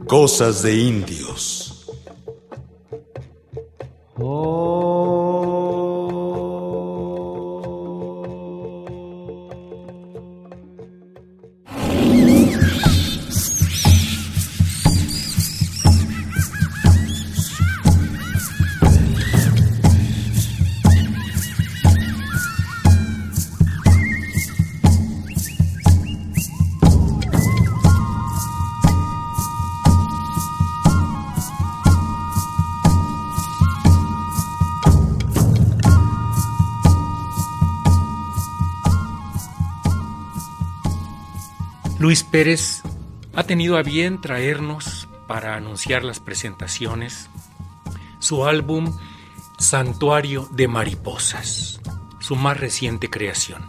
Cosas de indios. Luis Pérez ha tenido a bien traernos, para anunciar las presentaciones, su álbum Santuario de Mariposas, su más reciente creación.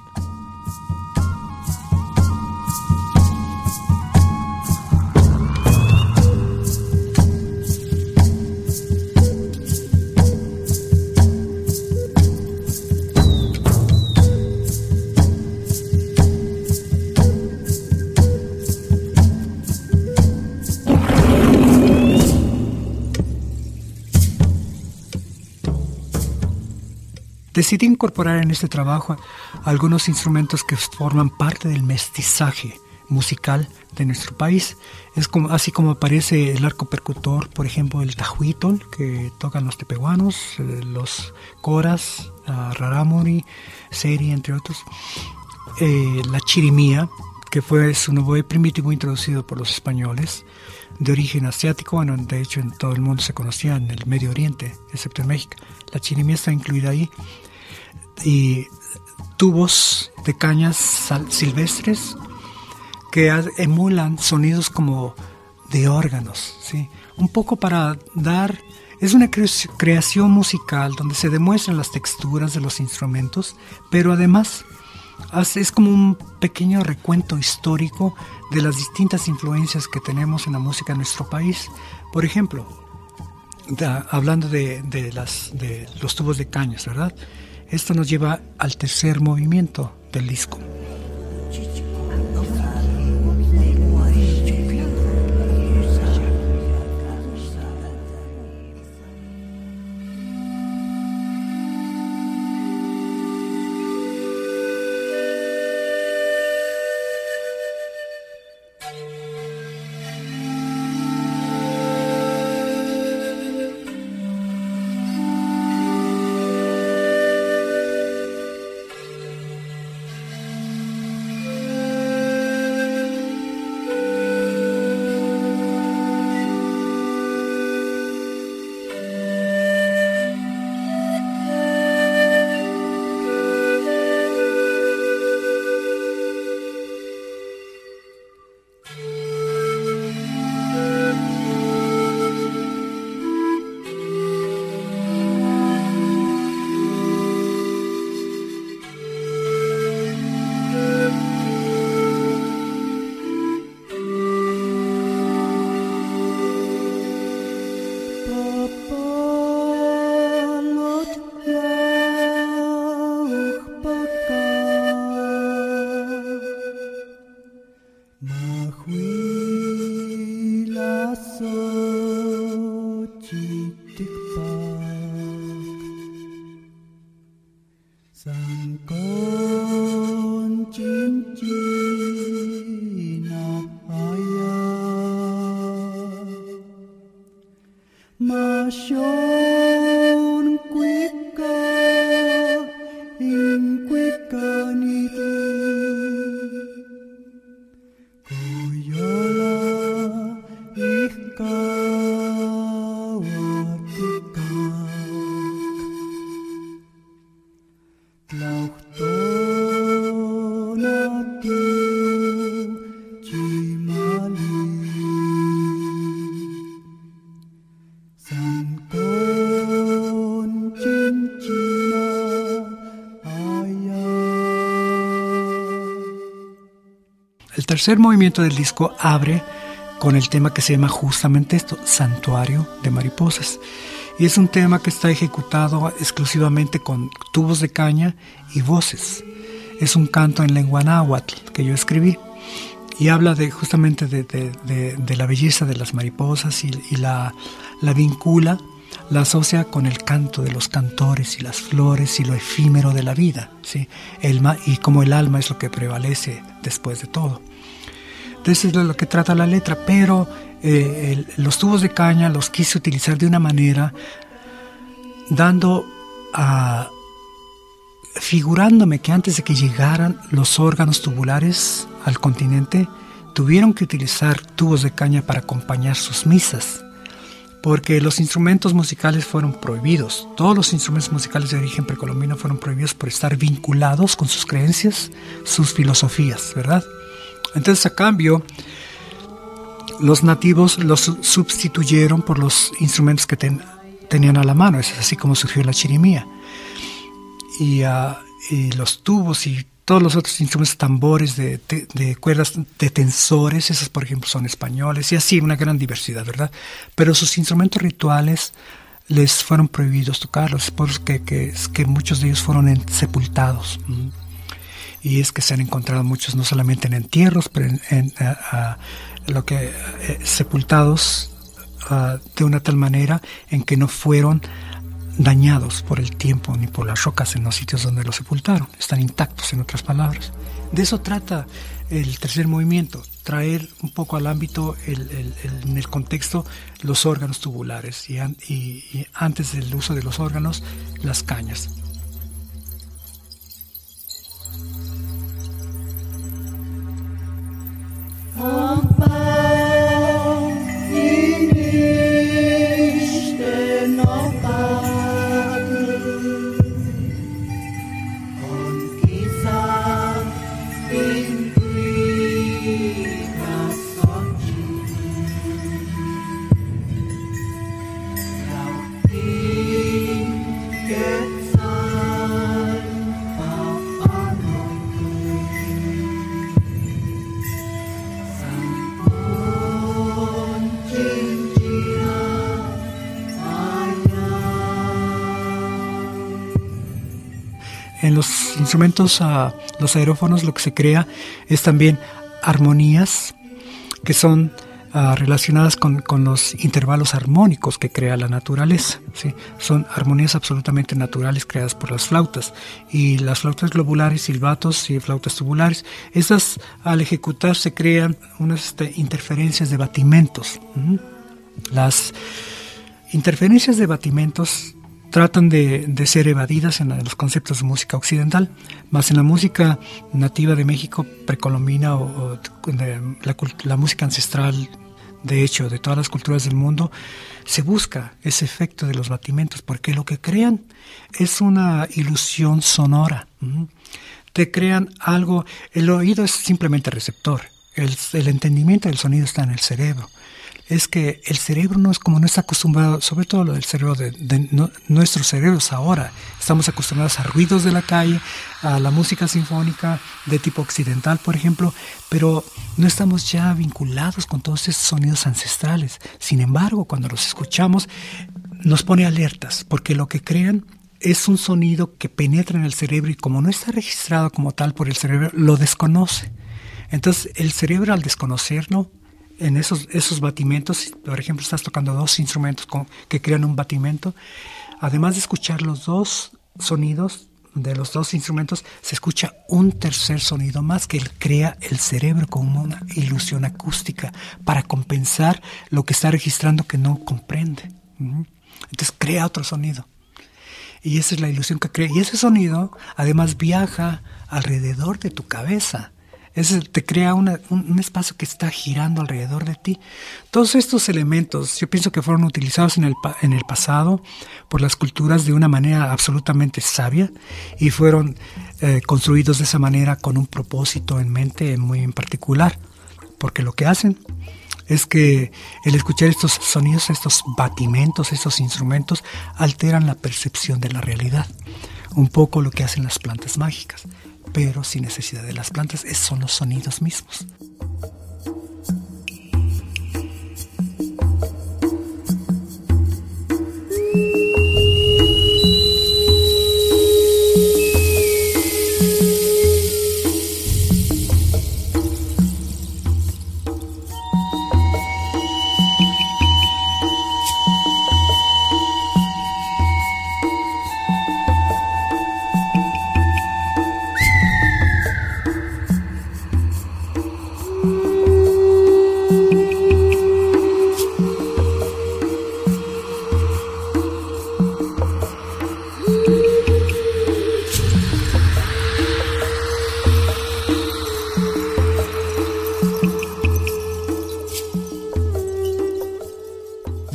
Decidí incorporar en este trabajo algunos instrumentos que forman parte del mestizaje musical de nuestro país. Así como aparece el arco percutor, por ejemplo, el tahuitol, que tocan los tepehuanos, los coras, rarámuri, seri, entre otros. La chirimía, que fue un oboe primitivo introducido por los españoles, de origen asiático. Bueno, de hecho en todo el mundo se conocía en el Medio Oriente, excepto en México. La chirimía está incluida ahí. Y tubos de cañas silvestres que emulan sonidos como de órganos, ¿sí? Un poco para dar... Es una creación musical donde se demuestran las texturas de los instrumentos, pero además es como un pequeño recuento histórico de las distintas influencias que tenemos en la música de nuestro país. Por ejemplo, hablando de los tubos de cañas, ¿verdad? Esto nos lleva al tercer movimiento del disco. El tercer movimiento del disco abre con el tema que se llama justamente esto, Santuario de Mariposas. Y es un tema que está ejecutado exclusivamente con tubos de caña y voces. Es un canto en lengua náhuatl que yo escribí. y habla justamente de la belleza de las mariposas y la vincula, la asocia con el canto de los cantores y las flores y lo efímero de la vida, ¿sí? Y como el alma es lo que prevalece después de todo. Entonces es de lo que trata la letra, pero los tubos de caña los quise utilizar de una manera figurándome que antes de que llegaran los órganos tubulares al continente, tuvieron que utilizar tubos de caña para acompañar sus misas, porque los instrumentos musicales fueron prohibidos. Todos los instrumentos musicales de origen precolombino fueron prohibidos por estar vinculados con sus creencias, sus filosofías, ¿verdad? Entonces, a cambio, los nativos los sustituyeron por los instrumentos que tenían a la mano. Es así como surgió la chirimía. Y los tubos y todos los otros instrumentos, tambores de cuerdas, de tensores, esos por ejemplo son españoles, y así una gran diversidad, ¿verdad? Pero sus instrumentos rituales les fueron prohibidos tocarlos, por eso que muchos de ellos fueron sepultados. Y es que se han encontrado muchos, no solamente en entierros, pero sepultados de una tal manera en que no fueron dañados por el tiempo ni por las rocas en los sitios donde los sepultaron. Están intactos, en otras palabras. De eso trata el tercer movimiento, traer un poco al ámbito, en el contexto, los órganos tubulares y antes del uso de los órganos, las cañas. En los instrumentos, los aerófonos, lo que se crea es también armonías que son relacionadas con los intervalos armónicos que crea la naturaleza, ¿sí? Son armonías absolutamente naturales creadas por las flautas, y las flautas globulares, silbatos y flautas tubulares, esas al ejecutarse crean unas interferencias de batimentos. Las interferencias de batimentos tratan de ser evadidas en los conceptos de música occidental, más en la música nativa de México, precolombina, o la música ancestral, de hecho, de todas las culturas del mundo, se busca ese efecto de los batimentos, porque lo que crean es una ilusión sonora. Te crean algo, el oído es simplemente receptor, el entendimiento del sonido está en el cerebro. Es que el cerebro no está acostumbrado, sobre todo lo del cerebro nuestros cerebros ahora, estamos acostumbrados a ruidos de la calle, a la música sinfónica de tipo occidental, por ejemplo, pero no estamos ya vinculados con todos esos sonidos ancestrales. Sin embargo, cuando los escuchamos, nos pone alertas, porque lo que crean es un sonido que penetra en el cerebro y como no está registrado como tal por el cerebro, lo desconoce. Entonces, el cerebro, al desconocerlo, en esos batimentos, por ejemplo, estás tocando dos instrumentos que crean un batimento, además de escuchar los dos sonidos de los dos instrumentos, se escucha un tercer sonido más que crea el cerebro como una ilusión acústica para compensar lo que está registrando que no comprende. Entonces crea otro sonido. Y esa es la ilusión que crea. Y ese sonido además viaja alrededor de tu cabeza. Te crea un espacio que está girando alrededor de ti. Todos estos elementos yo pienso que fueron utilizados en el pasado por las culturas de una manera absolutamente sabia y fueron construidos de esa manera con un propósito en mente muy en particular, porque lo que hacen es que el escuchar estos sonidos, estos batimentos, estos instrumentos alteran la percepción de la realidad, un poco lo que hacen las plantas mágicas, pero sin necesidad de las plantas, son los sonidos mismos.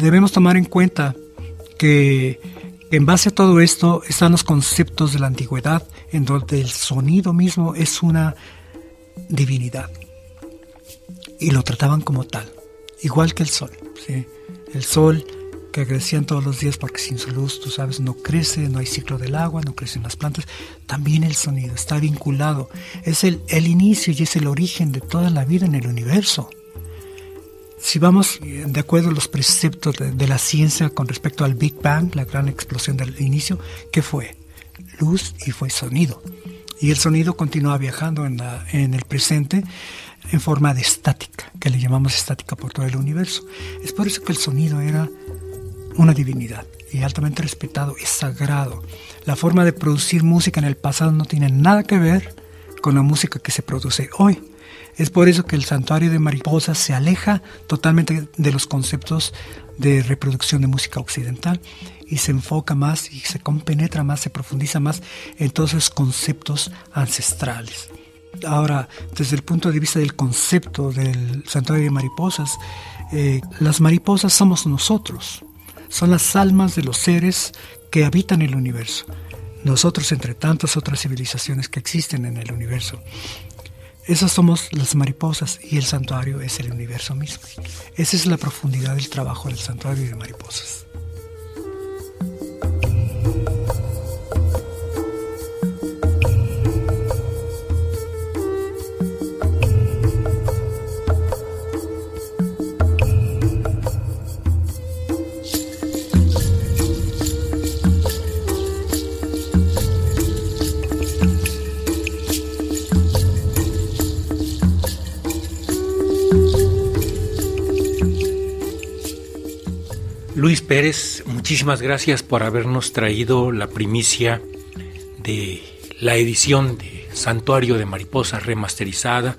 debemos tomar en cuenta que en base a todo esto están los conceptos de la antigüedad, en donde el sonido mismo es una divinidad. Y lo trataban como tal, igual que el sol, ¿sí? El sol que agradecían todos los días porque sin su luz, tú sabes, no crece, no hay ciclo del agua, no crecen las plantas. También el sonido está vinculado, es el inicio y es el origen de toda la vida en el universo. Si vamos de acuerdo a los preceptos de la ciencia con respecto al Big Bang, la gran explosión del inicio, ¿qué fue? Luz y fue sonido. Y el sonido continúa viajando en el presente en forma de estática, que le llamamos estática por todo el universo. Es por eso que el sonido era una divinidad y altamente respetado, es sagrado. La forma de producir música en el pasado no tiene nada que ver con la música que se produce hoy. Es por eso que el santuario de mariposas se aleja totalmente de los conceptos de reproducción de música occidental y se enfoca más y se compenetra más, se profundiza más en todos esos conceptos ancestrales. Ahora, desde el punto de vista del concepto del santuario de mariposas, las mariposas somos nosotros. Son las almas de los seres que habitan el universo. Nosotros entre tantas otras civilizaciones que existen en el universo. Esas somos las mariposas y el santuario es el universo mismo. Esa es la profundidad del trabajo del santuario de mariposas. Luis Pérez, muchísimas gracias por habernos traído la primicia de la edición de Santuario de Mariposas remasterizada.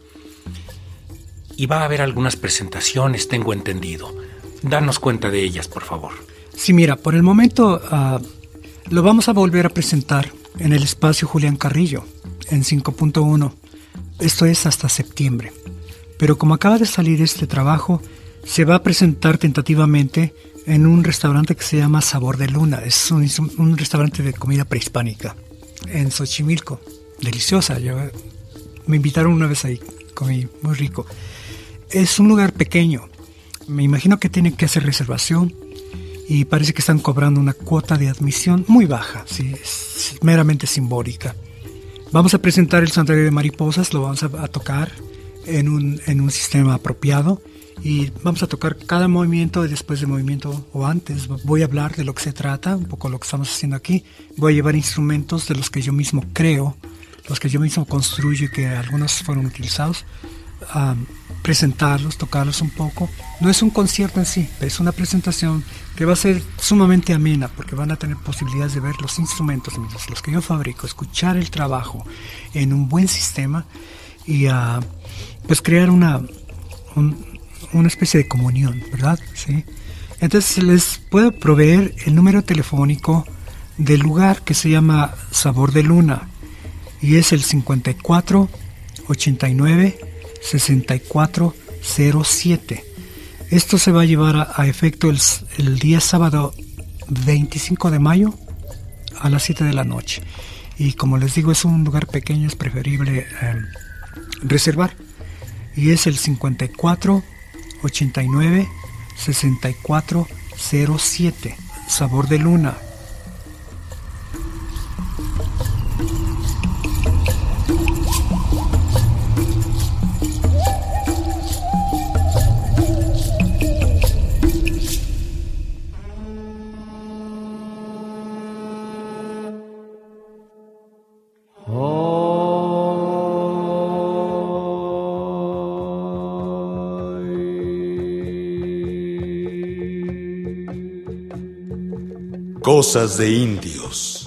Y va a haber algunas presentaciones, tengo entendido. Danos cuenta de ellas, por favor. Sí, mira, por el momento lo vamos a volver a presentar en el espacio Julián Carrillo, en 5.1. Esto es hasta septiembre. Pero como acaba de salir este trabajo, se va a presentar tentativamente en un restaurante que se llama Sabor de Luna. Es un restaurante de comida prehispánica en Xochimilco. Deliciosa. Me invitaron una vez ahí, comí muy rico. Es un lugar pequeño. Me imagino que tienen que hacer reservación y parece que están cobrando una cuota de admisión muy baja, sí, es meramente simbólica. Vamos a presentar el santuario de mariposas, lo vamos a tocar en un sistema apropiado. Y vamos a tocar cada movimiento y después del movimiento o antes. Voy a hablar de lo que se trata, un poco lo que estamos haciendo aquí. Voy a llevar instrumentos de los que yo mismo creo, los que yo mismo construyo y que algunos fueron utilizados. Presentarlos, tocarlos un poco. No es un concierto en sí, pero es una presentación que va a ser sumamente amena porque van a tener posibilidades de ver los instrumentos, los que yo fabrico, escuchar el trabajo en un buen sistema y pues crear una especie de comunión, ¿verdad? ¿Sí? Entonces les puedo proveer el número telefónico del lugar que se llama Sabor de Luna y es el 54 89 64 07. Esto se va a llevar a efecto el día sábado 25 de mayo a las 7 de la noche. Y como les digo, es un lugar pequeño, es preferible reservar. Y es el 54 89 64 07. Sabor de Luna. Cosas de indios.